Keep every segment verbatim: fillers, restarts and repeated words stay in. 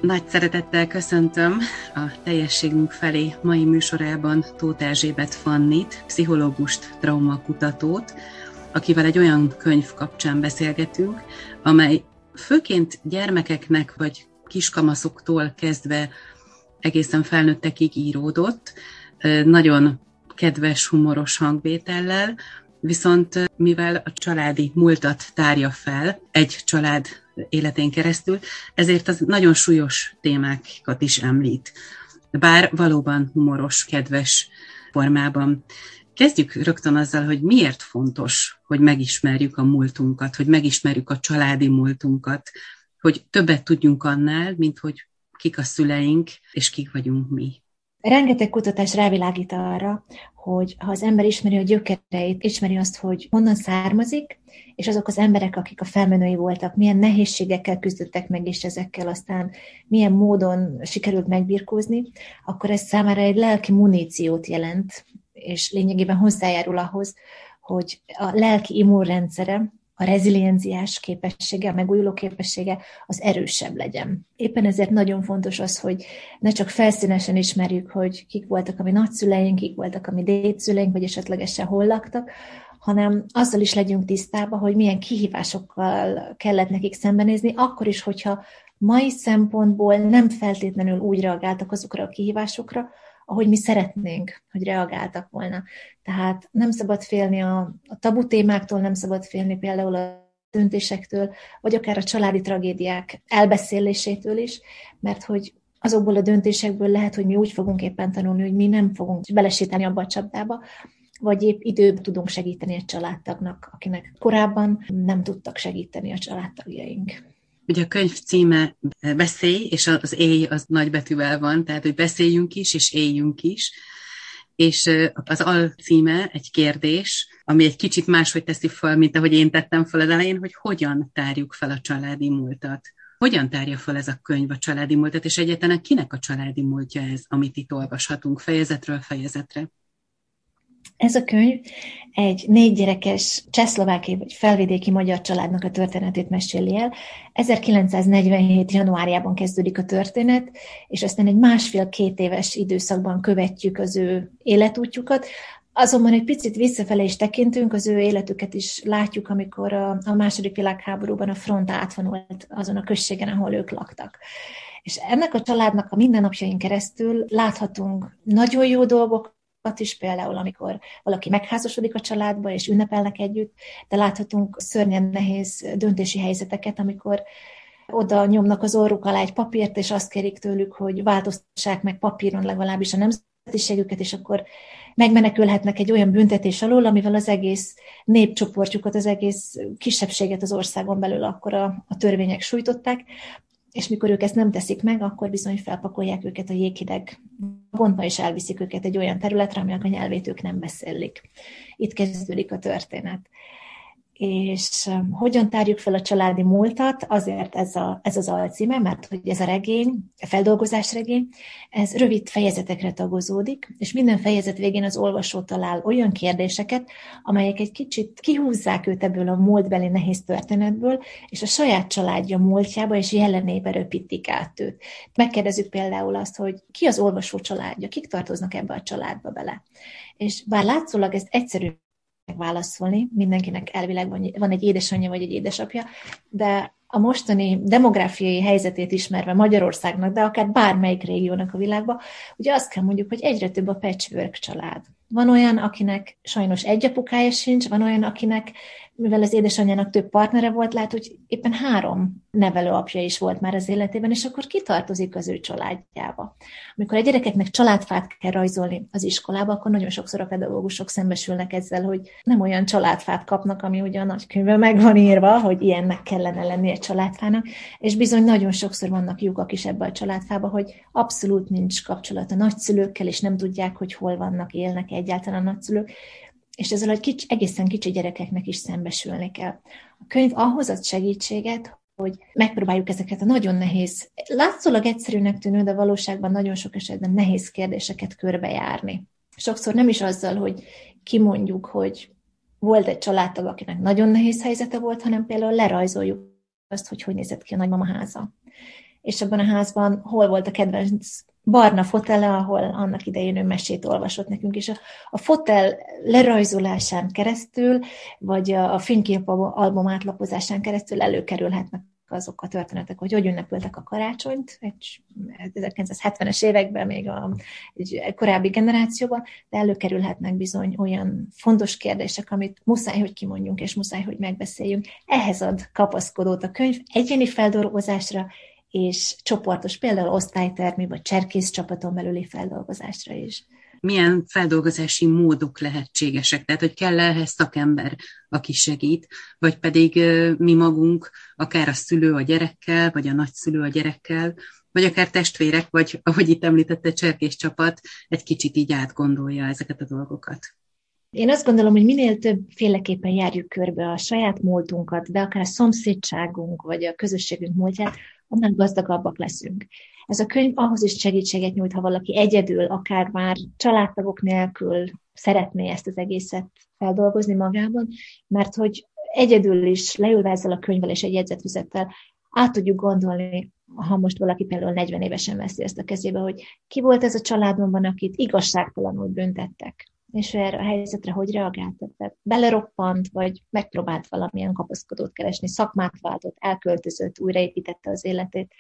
Nagy szeretettel köszöntöm a teljességünk felé mai műsorában Tóth Erzsébet Fannit, pszichológust, traumakutatót, akivel egy olyan könyv kapcsán beszélgetünk, amely főként gyermekeknek vagy kiskamaszoktól kezdve egészen felnőttekig íródott, nagyon kedves, humoros hangvétellel, viszont mivel a családi múltat tárja fel egy család életén keresztül, ezért az nagyon súlyos témákat is említ, bár valóban humoros, kedves formában. Kezdjük rögtön azzal, hogy miért fontos, hogy megismerjük a múltunkat, hogy megismerjük a családi múltunkat, hogy többet tudjunk annál, mint hogy kik a szüleink, és kik vagyunk mi. Rengeteg kutatás rávilágít arra, hogy ha az ember ismeri a gyökereit, ismeri azt, hogy honnan származik, és azok az emberek, akik a felmenői voltak, milyen nehézségekkel küzdöttek meg, és ezekkel aztán milyen módon sikerült megbirkózni, akkor ez számára egy lelki muníciót jelent, és lényegében hozzájárul ahhoz, hogy a lelki immunrendszere, a rezilienciás képessége, a megújuló képessége az erősebb legyen. Éppen ezért nagyon fontos az, hogy ne csak felszínesen ismerjük, hogy kik voltak a mi nagyszüleink, kik voltak a mi dédszüleink, vagy esetlegesen hol laktak, hanem azzal is legyünk tisztában, hogy milyen kihívásokkal kellett nekik szembenézni, akkor is, hogyha mai szempontból nem feltétlenül úgy reagáltak azokra a kihívásokra, ahogy mi szeretnénk, hogy reagáltak volna. Tehát nem szabad félni a, a tabu témáktól, nem szabad félni például a döntésektől, vagy akár a családi tragédiák elbeszélésétől is, mert hogy azokból a döntésekből lehet, hogy mi úgy fogunk éppen tanulni, hogy mi nem fogunk belesétálni abba a csapdába, vagy épp időbb tudunk segíteni egy családtagnak, akinek korábban nem tudtak segíteni a családtagjaink. Ugye a könyv címe Beszélj, és az éj az nagybetűvel van, tehát hogy beszéljünk is, és éljünk is. És az alcíme egy kérdés, ami egy kicsit máshogy teszi fel, mint ahogy én tettem fel az elején, hogy hogyan tárjuk fel a családi múltat. Hogyan tárja fel ez a könyv a családi múltat, és egyáltalán kinek a családi múltja ez, amit itt olvashatunk fejezetről fejezetre? Ez a könyv egy négy gyerekes csehszlovákiai vagy felvidéki magyar családnak a történetét meséli el. ezerkilencszáznegyvenhét. januárjában kezdődik a történet, és aztán egy másfél-két éves időszakban követjük az ő életútjukat. Azonban egy picit visszafele is tekintünk, az ő életüket is látjuk, amikor a, a második világháborúban a front átvonult azon a községen, ahol ők laktak. És ennek a családnak a mindennapjain keresztül láthatunk nagyon jó dolgok, is, például amikor valaki megházasodik a családba, és ünnepelnek együtt, de láthatunk szörnyen nehéz döntési helyzeteket, amikor oda nyomnak az orruk alá egy papírt, és azt kérik tőlük, hogy változtassák meg papíron legalábbis a nemzetiségüket, és akkor megmenekülhetnek egy olyan büntetés alól, amivel az egész népcsoportjukat, az egész kisebbséget az országon belül akkor a, a törvények sújtották, és mikor ők ezt nem teszik meg, akkor bizony felpakolják őket a jéghideg vagonba, és elviszik őket egy olyan területre, aminek a nyelvét ők nem beszélik. Itt kezdődik a történet. És hogyan tárjuk fel a családi múltat? Azért ez, a, ez az alcíme, mert hogy ez a regény, a feldolgozásregény, ez rövid fejezetekre tagozódik, és minden fejezet végén az olvasó talál olyan kérdéseket, amelyek egy kicsit kihúzzák őt ebből a múltbeli nehéz történetből, és a saját családja múltjába és jelenébe röpítik át őt. Megkérdezzük például azt, hogy ki az olvasó családja, kik tartoznak ebbe a családba bele. És bár látszólag ezt egyszerű válaszolni, mindenkinek elvileg van egy édesanyja vagy egy édesapja, de a mostani demográfiai helyzetét ismerve Magyarországnak, de akár bármelyik régiónak a világban, ugye azt kell mondjuk, hogy egyre több a patchwork család. Van olyan, akinek sajnos egy apukája sincs, van olyan, akinek, mivel az édesanyjának több partnere volt, lehet, hogy éppen három nevelőapja is volt már az életében, és akkor kitartozik az ő családjába. Amikor a gyerekeknek családfát kell rajzolni az iskolába, akkor nagyon sokszor a pedagógusok szembesülnek ezzel, hogy nem olyan családfát kapnak, ami ugye a nagykönyvben meg van írva, hogy ilyennek kellene lenni egy családfának, és bizony nagyon sokszor vannak lyukak is ebbe a családfába, hogy abszolút nincs kapcsolat a nagyszülőkkel, és nem tudják, hogy hol vannak, élnek egyáltalán a nagyszülők, és ezzel a kicsi, egészen kicsi gyerekeknek is szembesülni kell. A könyv ahhoz ad segítséget, hogy megpróbáljuk ezeket a nagyon nehéz, látszólag egyszerűnek tűnő, de valóságban nagyon sok esetben nehéz kérdéseket körbejárni. Sokszor nem is azzal, hogy kimondjuk, hogy volt egy családtag, akinek nagyon nehéz helyzete volt, hanem például lerajzoljuk azt, hogy hogy nézett ki a nagymama háza. és abban a házban hol volt a kedvenc barna fotele, ahol annak idején ő mesét olvasott nekünk, és a, a fotel lerajzolásán keresztül, vagy a, a fényképalbum átlapozásán keresztül előkerülhetnek azok a történetek, hogy hogy ünnepültek a karácsonyt, egy ezerkilencszázhetvenes években, még a, egy korábbi generációban, de előkerülhetnek bizony olyan fontos kérdések, amit muszáj, hogy kimondjunk, és muszáj, hogy megbeszéljünk. Ehhez ad kapaszkodót a könyv egyéni feldolgozásra, és csoportos, például osztálytermi, vagy cserkész csapaton belüli feldolgozásra is. Milyen feldolgozási módok lehetségesek? Tehát, hogy kell ehhez szakember, aki segít, vagy pedig mi magunk, akár a szülő a gyerekkel, vagy a nagyszülő a gyerekkel, vagy akár testvérek, vagy ahogy itt említette, cserkész csapat egy kicsit így átgondolja ezeket a dolgokat. Én azt gondolom, hogy minél többféleképpen járjuk körbe a saját múltunkat, de akár a szomszédságunk, vagy a közösségünk múltját, annál gazdagabbak leszünk. Ez a könyv ahhoz is segítséget nyújt, ha valaki egyedül, akár már családtagok nélkül szeretné ezt az egészet feldolgozni magában, mert hogy egyedül is leülve ezzel a könyvvel és egy jegyzetfüzettel át tudjuk gondolni, ha most valaki például negyven évesen veszi ezt a kezébe, hogy ki volt ez a családomban, akit igazságtalanul büntettek, és erre a helyzetre hogy reagált? Tehát beleroppant, vagy megpróbált valamilyen kapaszkodót keresni, szakmát váltott, elköltözött, újraépítette az életét.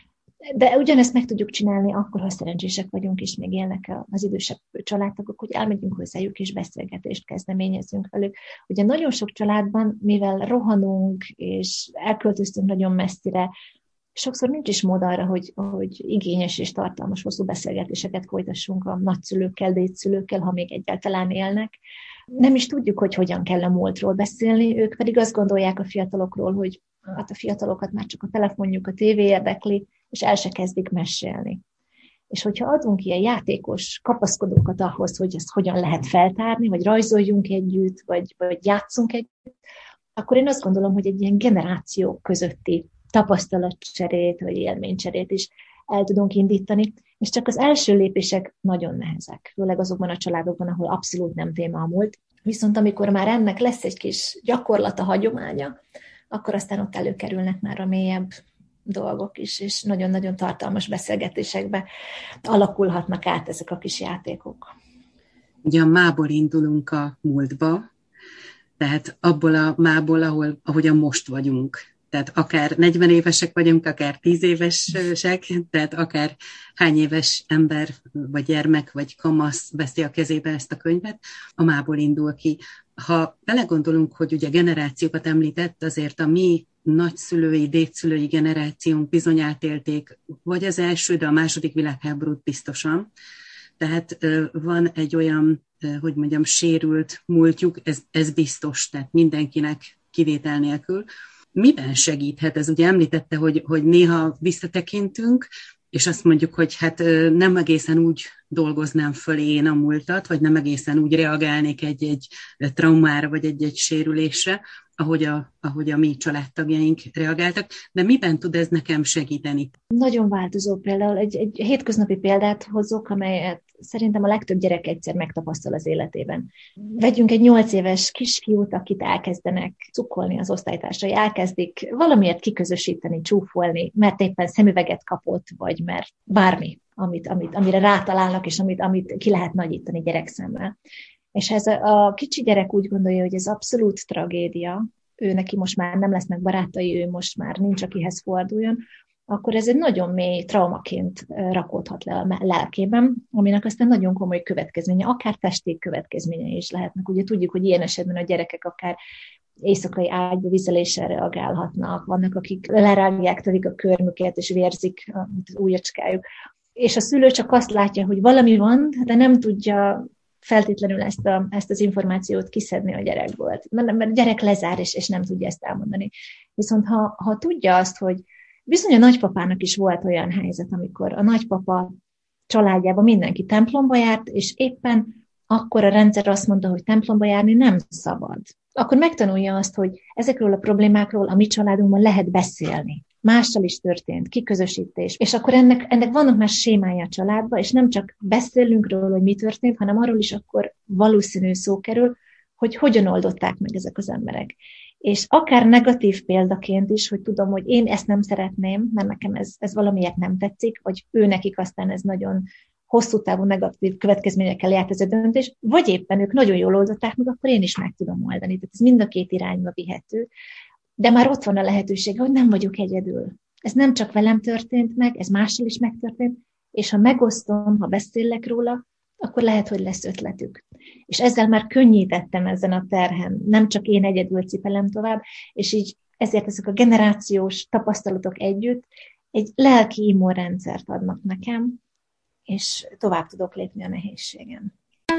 De ugyanezt meg tudjuk csinálni akkor, ha szerencsések vagyunk, és még élnek az idősebb családtagok, hogy elmegyünk hozzájuk, és beszélgetést kezdeményezzünk velük. Ugye nagyon sok családban, mivel rohanunk, és elköltöztünk nagyon messzire, sokszor nincs is mód arra, hogy, hogy igényes és tartalmas, hosszú beszélgetéseket folytassunk a nagyszülőkkel, dédszülőkkel, ha még egyáltalán élnek. Nem is tudjuk, hogy hogyan kell a múltról beszélni, ők pedig azt gondolják a fiatalokról, hogy hát a fiatalokat már csak a telefonjuk, a tévé érdekli, és el se kezdik mesélni. És hogyha adunk ilyen játékos kapaszkodókat ahhoz, hogy ezt hogyan lehet feltárni, vagy rajzoljunk együtt, vagy, vagy játszunk együtt, akkor én azt gondolom, hogy egy ilyen generációk közötti tapasztalatcserét, vagy élménycserét is el tudunk indítani, és csak az első lépések nagyon nehezek, főleg azokban a családokban, ahol abszolút nem téma a múlt. Viszont amikor már ennek lesz egy kis gyakorlata, hagyománya, akkor aztán ott előkerülnek már a mélyebb dolgok is, és nagyon-nagyon tartalmas beszélgetésekbe alakulhatnak át ezek a kis játékok. Ugye a mából indulunk a múltba, tehát abból a mából, ahol, ahogyan most vagyunk. Tehát akár negyven évesek vagyunk, akár tíz évesek, tehát akár hány éves ember, vagy gyermek, vagy kamasz veszi a kezébe ezt a könyvet, a mából indul ki. Ha belegondolunk, hogy ugye generációkat említett, azért a mi nagyszülői, dédszülői generációnk bizony átélték, vagy az első, de a második világháborút biztosan. Tehát van egy olyan, hogy mondjam, sérült múltjuk, ez, ez biztos, tehát mindenkinek kivétel nélkül. Miben segíthet ez? Ugye említette, hogy, hogy néha visszatekintünk, és azt mondjuk, hogy hát nem egészen úgy dolgoznám fölé én a múltat, vagy nem egészen úgy reagálnék egy-egy traumára, vagy egy-egy sérülésre, ahogy a, ahogy a mi családtagjaink reagáltak, de miben tud ez nekem segíteni? Nagyon változó például. Egy, egy hétköznapi példát hozok, amelyet szerintem a legtöbb gyerek egyszer megtapasztal az életében. Vegyünk egy nyolc éves kisfiút, akit elkezdenek cukkolni az osztálytársai, elkezdik valamiért kiközösíteni, csúfolni, mert éppen szemüveget kapott, vagy mert bármi, amit, amit, amire rátalálnak, és amit, amit ki lehet nagyítani gyerekszemmel. És ez a, a kicsi gyerek úgy gondolja, hogy ez abszolút tragédia, ő neki most már nem lesznek barátai, ő most már nincs, akihez forduljon, akkor ez egy nagyon mély traumaként rakódhat le a lelkében, aminek aztán nagyon komoly következménye, akár testi következményei is lehetnek. Ugye tudjuk, hogy ilyen esetben a gyerekek akár éjszakai ágyba vizeléssel reagálhatnak, vannak, akik lerágják, törik a körmüket, és vérzik az ujjacskájuk. És a szülő csak azt látja, hogy valami van, de nem tudja feltétlenül ezt, a, ezt az információt kiszedni a gyerekből. Mert, mert a gyerek lezár, és, és nem tudja ezt elmondani. Viszont ha, ha tudja azt, hogy bizony a nagypapának is volt olyan helyzet, amikor a nagypapa családjában mindenki templomba járt, és éppen akkor a rendszer azt mondta, hogy templomba járni nem szabad. Akkor megtanulja azt, hogy ezekről a problémákról a mi családunkban lehet beszélni. Mással is történt, kiközösítés. És akkor ennek, ennek vannak már sémája a családban, és nem csak beszélünk róla, hogy mi történt, hanem arról is akkor valószínű szó kerül, hogy hogyan oldották meg ezek az emberek. És akár negatív példaként is, hogy tudom, hogy én ezt nem szeretném, mert nekem ez, ez valamiért nem tetszik, vagy ő nekik aztán ez nagyon hosszú távú negatív következményekkel járt ez a döntés, vagy éppen ők nagyon jól oldották meg, akkor én is meg tudom oldani. Tehát ez mind a két irányba vihető. De már ott van a lehetőség, hogy nem vagyok egyedül. Ez nem csak velem történt meg, ez mással is megtörtént, és ha megosztom, ha beszélek róla, akkor lehet, hogy lesz ötletük. És ezzel már könnyítettem ezen a terhen. Nem csak én egyedül cipelem tovább, és így ezért ezek a generációs tapasztalatok együtt egy lelki immunrendszert adnak nekem, és tovább tudok lépni a nehézségen.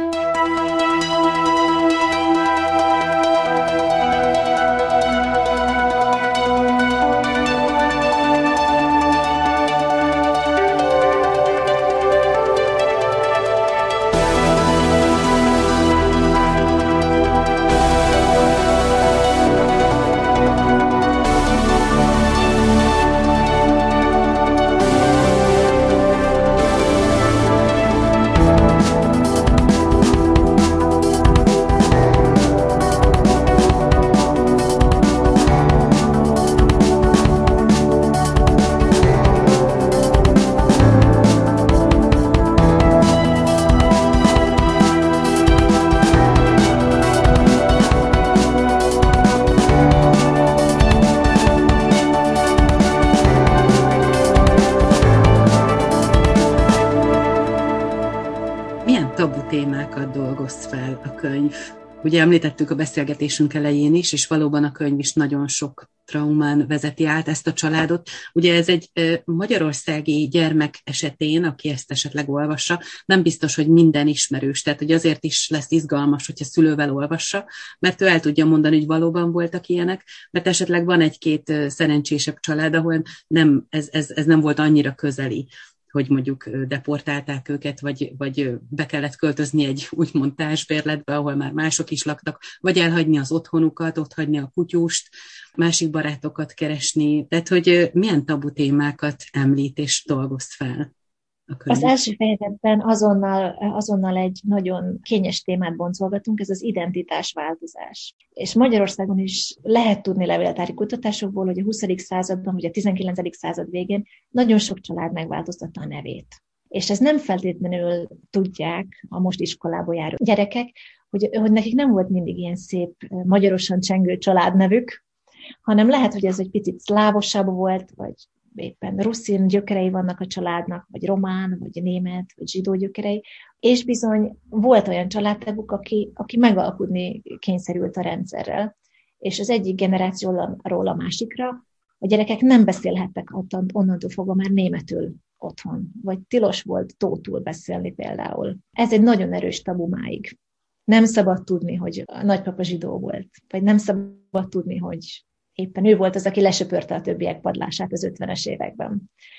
Tabu témákat dolgoz fel a könyv. Ugye említettük a beszélgetésünk elején is, és valóban a könyv is nagyon sok traumán vezeti át ezt a családot. Ugye ez egy magyarországi gyermek esetén, aki ezt esetleg olvassa, nem biztos, hogy minden ismerős, tehát hogy azért is lesz izgalmas, hogyha szülővel olvassa, mert ő el tudja mondani, hogy valóban voltak ilyenek, mert esetleg van egy-két szerencsésebb család, ahol nem, ez, ez, ez nem volt annyira közeli, hogy mondjuk deportálták őket, vagy, vagy be kellett költözni egy úgymond társbérletbe, ahol már mások is laktak, vagy elhagyni az otthonukat, otthagyni a kutyust, másik barátokat keresni. Tehát, hogy milyen tabu témákat említ és dolgoz fel a könyv? Az első fejezetben azonnal, azonnal egy nagyon kényes témát boncolgatunk, ez az identitásváltozás. És Magyarországon is lehet tudni levéltári kutatásokból, hogy a huszadik században, vagy a tizenkilencedik század végén nagyon sok család megváltoztatta a nevét. És ezt nem feltétlenül tudják a most iskolába járó gyerekek, hogy, hogy nekik nem volt mindig ilyen szép, magyarosan csengő családnevük, hanem lehet, hogy ez egy picit szlávosabb volt, vagy éppen ruszin gyökerei vannak a családnak, vagy román, vagy német, vagy zsidó gyökerei, és bizony volt olyan családtaguk, aki, aki megalkudni kényszerült a rendszerrel, és az egyik generációról a másikra a gyerekek nem beszélhettek onnantól fogva már németül otthon, vagy tilos volt tótul beszélni például. Ez egy nagyon erős tabu máig. Nem szabad tudni, hogy a nagypapa zsidó volt, vagy nem szabad tudni, hogy éppen ő volt az, aki lesöpörte a többiek padlását az ötvenes években.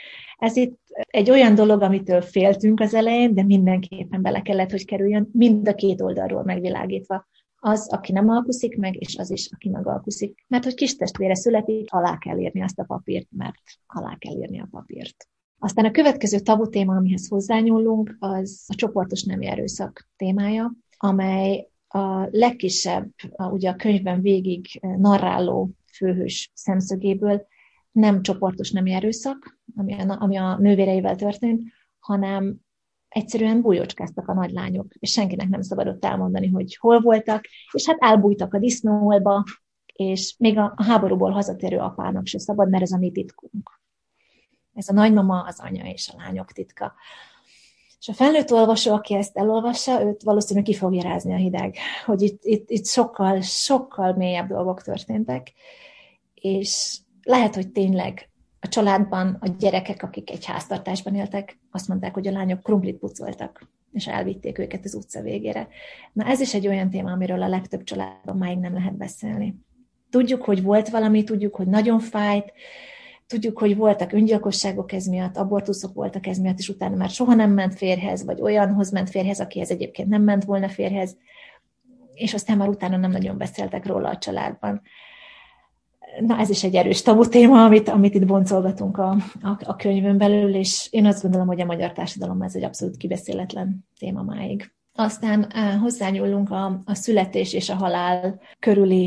Ez itt egy olyan dolog, amitől féltünk az elején, de mindenképpen bele kellett, hogy kerüljön, mind a két oldalról megvilágítva. Az, aki nem alkuszik meg, és az is, aki megalkuszik. Mert hogy kis testvére születik, alá kell írni azt a papírt, mert alá kell írni a papírt. Aztán a következő tabu téma, amihez hozzányúlunk, az a csoportos nemi erőszak témája, amely a legkisebb, a, ugye a könyvben végig narráló főhős szemszögéből nem csoportos nemi erőszak, ami a, ami a nővéreivel történt, hanem egyszerűen bújócskáztak a nagylányok, és senkinek nem szabadott elmondani, hogy hol voltak, és hát elbújtak a disznóolba, és még a, a háborúból hazatérő apának se szabad, mert ez a mi titkunk. Ez a nagymama, az anya és a lányok titka. És a felnőtt olvasó, aki ezt elolvassa, őt valószínűleg ki fogja rázni a hideg, hogy itt, itt, itt sokkal, sokkal mélyebb dolgok történtek, és lehet, hogy tényleg a családban a gyerekek, akik egy háztartásban éltek, azt mondták, hogy a lányok krumplit pucoltak, és elvitték őket az utca végére. Na ez is egy olyan téma, amiről a legtöbb családban máig nem lehet beszélni. Tudjuk, hogy volt valami, tudjuk, hogy nagyon fájt, tudjuk, hogy voltak öngyilkosságok ez miatt, abortuszok voltak ez miatt, és utána már soha nem ment férjhez, vagy olyanhoz ment férjhez, akihez egyébként nem ment volna férjhez, és aztán már utána nem nagyon beszéltek róla a családban. Na, ez is egy erős tabu téma, amit, amit itt boncolgatunk a, a, a könyvön belül, és én azt gondolom, hogy a magyar társadalomban ez egy abszolút kibeszéletlen téma máig. Aztán hozzányúlunk a, a születés és a halál körüli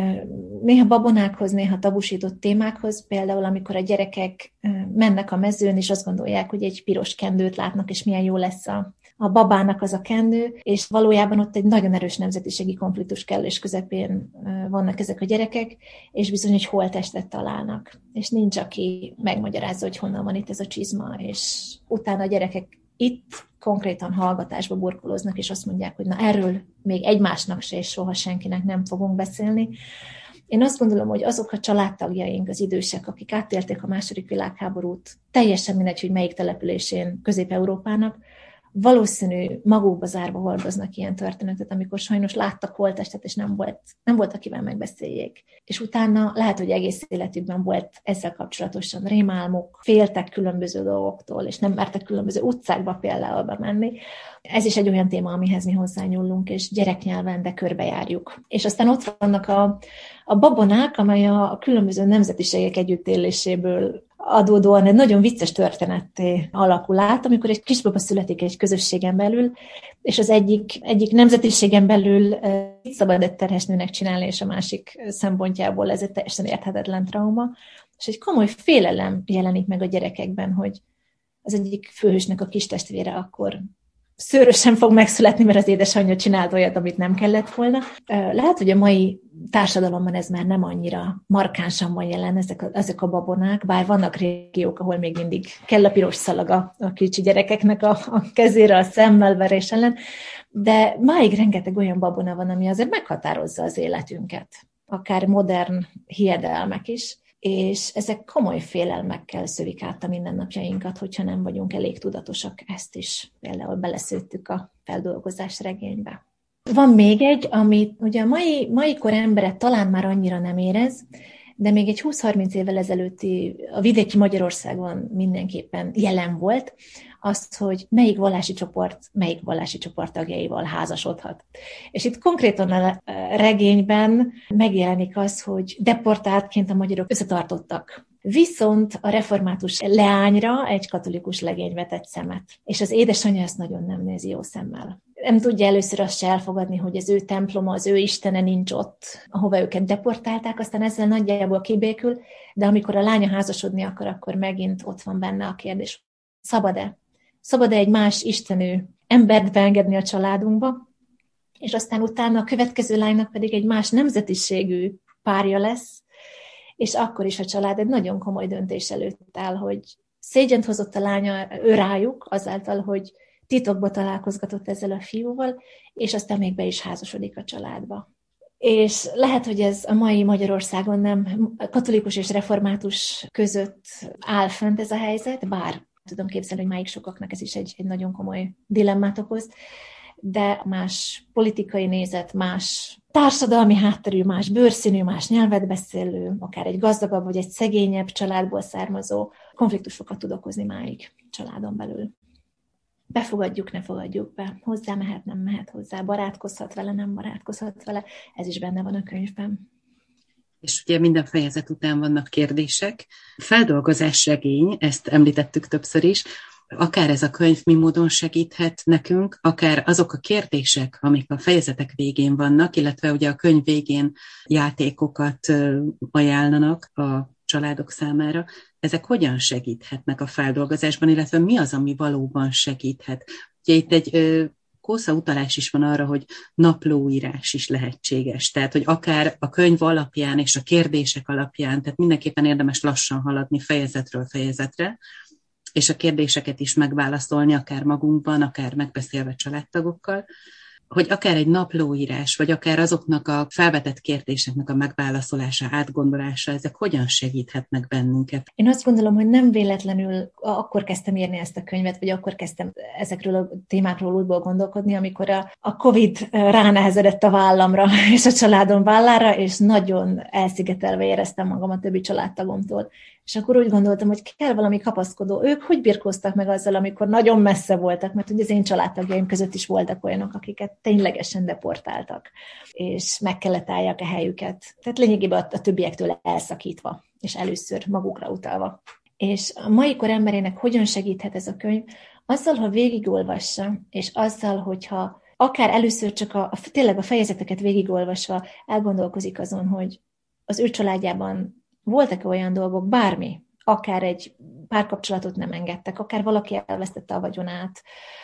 néha babonákhoz, néha tabusított témákhoz, például amikor a gyerekek mennek a mezőn, és azt gondolják, hogy egy piros kendőt látnak, és milyen jó lesz a, a babának az a kendő, és valójában ott egy nagyon erős nemzetiségi konfliktus kellős közepén vannak ezek a gyerekek, és bizony egy holttestet találnak. És nincs, aki megmagyarázza, hogy honnan van itt ez a csizma, és utána a gyerekek itt konkrétan hallgatásba burkolóznak, és azt mondják, hogy na erről még egymásnak se, és soha senkinek nem fogunk beszélni. Én azt gondolom, hogy azok a családtagjaink, az idősek, akik átélték a második világháborút, teljesen mindegy, hogy melyik településén Közép-Európának, valószínű magukba zárva hordoznak ilyen történetet, amikor sajnos láttak holttestet, és nem volt, nem volt, akivel megbeszéljék. És utána lehet, hogy egész életükben volt ezzel kapcsolatosan rémálmuk, féltek különböző dolgoktól, és nem mertek különböző utcákba például bemenni. Ez is egy olyan téma, amihez mi hozzányúlunk, és gyereknyelven, de körbejárjuk. És aztán ott vannak a, a babonák, amely a, a különböző nemzetiségek együttéléséből adódóan egy nagyon vicces történetté alakul át, amikor egy kisbaba születik egy közösségen belül, és az egyik, egyik nemzetiségen belül mit szabad egy terhes nőnek csinálni, és a másik szempontjából ez egy teljesen érthetetlen trauma. És egy komoly félelem jelenik meg a gyerekekben, hogy az egyik főhősnek a kis testvére akkor szőrösen fog megszületni, mert az édesanyja csinált olyat, amit nem kellett volna. Lehet, hogy a mai társadalomban ez már nem annyira markánsan van jelen, ezek a, ezek a babonák, bár vannak régiók, ahol még mindig kell a piros szalaga a kicsi gyerekeknek a, a kezére, a szemmelverés ellen, de máig rengeteg olyan babona van, ami azért meghatározza az életünket, akár modern hiedelmek is, és ezek komoly félelmekkel szövik át a mindennapjainkat, hogyha nem vagyunk elég tudatosak. Ezt is például beleszőttük a feldolgozás regénybe. Van még egy, amit ugye a mai, mai kor embere talán már annyira nem érez, de még egy húsz-harminc évvel ezelőtti a vidéki Magyarországon mindenképpen jelen volt, azt, hogy melyik vallási csoport, melyik vallási csoport tagjaival házasodhat. És itt konkrétan a regényben megjelenik az, hogy deportáltként a magyarok összetartottak. Viszont a református leányra egy katolikus legény vetett szemet. És az édesanyja ezt nagyon nem nézi jó szemmel. Nem tudja először azt se elfogadni, hogy az ő temploma, az ő istene nincs ott, ahova őket deportálták, aztán ezzel nagyjából kibékül, de amikor a lánya házasodni akar, akkor megint ott van benne a kérdés, szabad-e? Szabad-e egy más istenű embert beengedni a családunkba, és aztán utána a következő lánynak pedig egy más nemzetiségű párja lesz, és akkor is a család egy nagyon komoly döntés előtt áll, hogy szégyent hozott a lánya ő rájuk, azáltal, hogy titokba találkozgatott ezzel a fiúval, és aztán még be is házasodik a családba. És lehet, hogy ez a mai Magyarországon nem katolikus és református között áll fönt ez a helyzet, bár tudom képzelni, hogy máig sokaknak ez is egy, egy nagyon komoly dilemmát okoz, de más politikai nézet, más társadalmi hátterű, más bőrszínű, más nyelvet beszélő, akár egy gazdagabb vagy egy szegényebb családból származó konfliktusokat tud okozni máig családon belül. Befogadjuk, ne fogadjuk be. Hozzá mehet, nem mehet hozzá. Barátkozhat vele, nem barátkozhat vele. Ez is benne van a könyvben. És ugye minden fejezet után vannak kérdések. Feldolgozás regény, ezt említettük többször is. Akár ez a könyv mi módon segíthet nekünk, akár azok a kérdések, amik a fejezetek végén vannak, illetve ugye a könyv végén játékokat ajánlanak a családok számára. Ezek hogyan segíthetnek a feldolgozásban, illetve mi az, ami valóban segíthet? Ugye itt egy ö, kósza utalás is van arra, hogy naplóírás is lehetséges. Tehát, hogy akár a könyv alapján és a kérdések alapján, tehát mindenképpen érdemes lassan haladni fejezetről fejezetre, és a kérdéseket is megválaszolni, akár magunkban, akár megbeszélve családtagokkal, hogy akár egy naplóírás, vagy akár azoknak a felvetett kérdéseknek a megválaszolása, átgondolása, ezek hogyan segíthetnek bennünket? Én azt gondolom, hogy nem véletlenül akkor kezdtem írni ezt a könyvet, vagy akkor kezdtem ezekről a témákról útból gondolkodni, amikor a, a Covid ránehezedett a vállamra és a családom vállára, és nagyon elszigetelve éreztem magam a többi családtagomtól. És akkor úgy gondoltam, hogy kell valami kapaszkodó. Ők hogy birkóztak meg azzal, amikor nagyon messze voltak, mert ugye az én családtagjaim között is voltak olyanok, akiket ténylegesen deportáltak, és meg kellett álljak a helyüket. Tehát lényegében a, a többiektől elszakítva, és először magukra utalva. És a mai kor emberének hogyan segíthet ez a könyv? Azzal, ha végigolvassa, és azzal, hogyha akár először csak a, a, tényleg a fejezeteket végigolvasva elgondolkozik azon, hogy az ő családjában voltak olyan dolgok, bármi, akár egy párkapcsolatot nem engedtek, akár valaki elvesztette a vagyonát,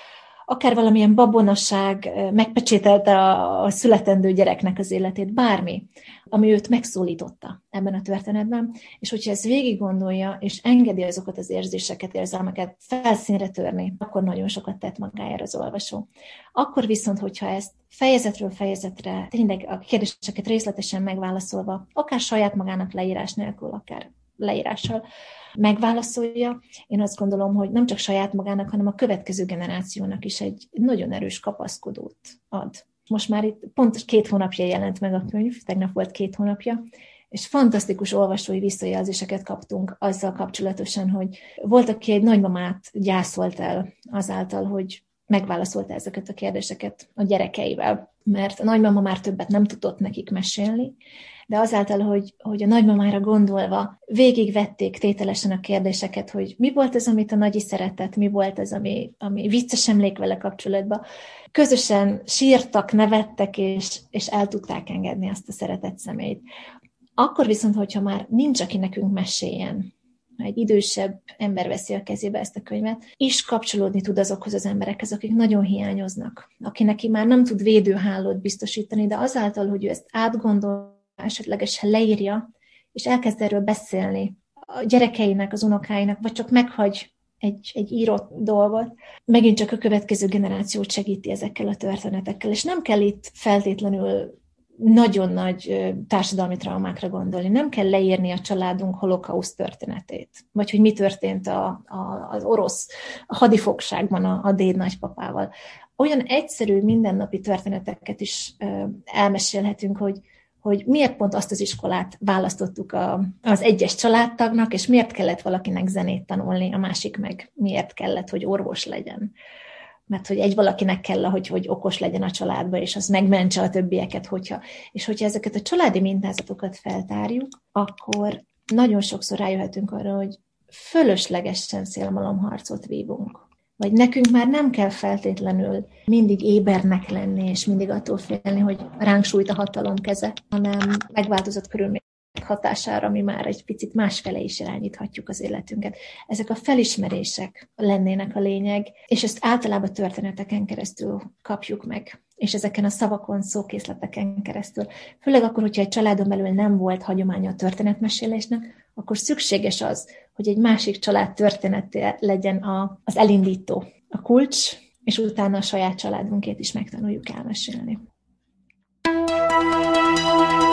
akár valamilyen babonasság megpecsételte a, a születendő gyereknek az életét, bármi, ami őt megszólította ebben a történetben, és hogyha ezt végig gondolja, és engedi azokat az érzéseket, érzelmeket felszínre törni, akkor nagyon sokat tett magáért az olvasó. Akkor viszont, hogyha ezt fejezetről fejezetre, tényleg a kérdéseket részletesen megválaszolva, akár saját magának leírás nélkül, akár leírással megválaszolja, én azt gondolom, hogy nem csak saját magának, hanem a következő generációnak is egy nagyon erős kapaszkodót ad. Most már itt pont két hónapja jelent meg a könyv, tegnap volt két hónapja, és fantasztikus olvasói visszajelzéseket kaptunk azzal kapcsolatosan, hogy volt, aki egy nagymamát gyászolt el azáltal, hogy megválaszolta ezeket a kérdéseket a gyerekeivel, mert a nagymama már többet nem tudott nekik mesélni, de azáltal, hogy, hogy a nagymamára gondolva végigvették tételesen a kérdéseket, hogy mi volt az, amit a nagyi szeretett, mi volt az, ami, ami vicces emlék vele kapcsolatban. Közösen sírtak, nevettek, és, és el tudták engedni azt a szeretett személyt. Akkor viszont, hogyha már nincs, aki nekünk meséljen, egy idősebb ember veszi a kezébe ezt a könyvet, is kapcsolódni tud azokhoz az emberekhez, akik nagyon hiányoznak, aki neki már nem tud védőhálót biztosítani, de azáltal, hogy ő ezt átgondol, esetlegesen leírja, és elkezd erről beszélni a gyerekeinek, az unokáinak, vagy csak meghagy egy, egy írott dolgot, megint csak a következő generációt segíti ezekkel a történetekkel, és nem kell itt feltétlenül nagyon nagy társadalmi traumákra gondolni. Nem kell leírni a családunk holokauszt történetét, vagy hogy mi történt a, a, az orosz a hadifogságban a, a déd nagypapával. Olyan egyszerű mindennapi történeteket is elmesélhetünk, hogy hogy miért pont azt az iskolát választottuk a, az egyes családtagnak, és miért kellett valakinek zenét tanulni, a másik meg miért kellett, hogy orvos legyen. Mert hogy egy valakinek kell, hogy, hogy okos legyen a családba, és az megmentse a többieket, hogyha. És hogyha ezeket a családi mintázatokat feltárjuk, akkor nagyon sokszor rájöhetünk arra, hogy fölöslegesen szélmalomharcot vívunk. Vagy nekünk már nem kell feltétlenül mindig ébernek lenni, és mindig attól félni, hogy ránk sújt a hatalom keze, hanem megváltozott körülmények hatására mi már egy picit másfele is irányíthatjuk az életünket. Ezek a felismerések lennének a lényeg, és ezt általában történeteken keresztül kapjuk meg, és ezeken a szavakon, szókészleteken keresztül. Főleg akkor, hogyha egy családon belül nem volt hagyománya a történetmesélésnek, akkor szükséges az, hogy egy másik család története legyen a, az elindító, a kulcs, és utána a saját családunkét is megtanuljuk elmesélni.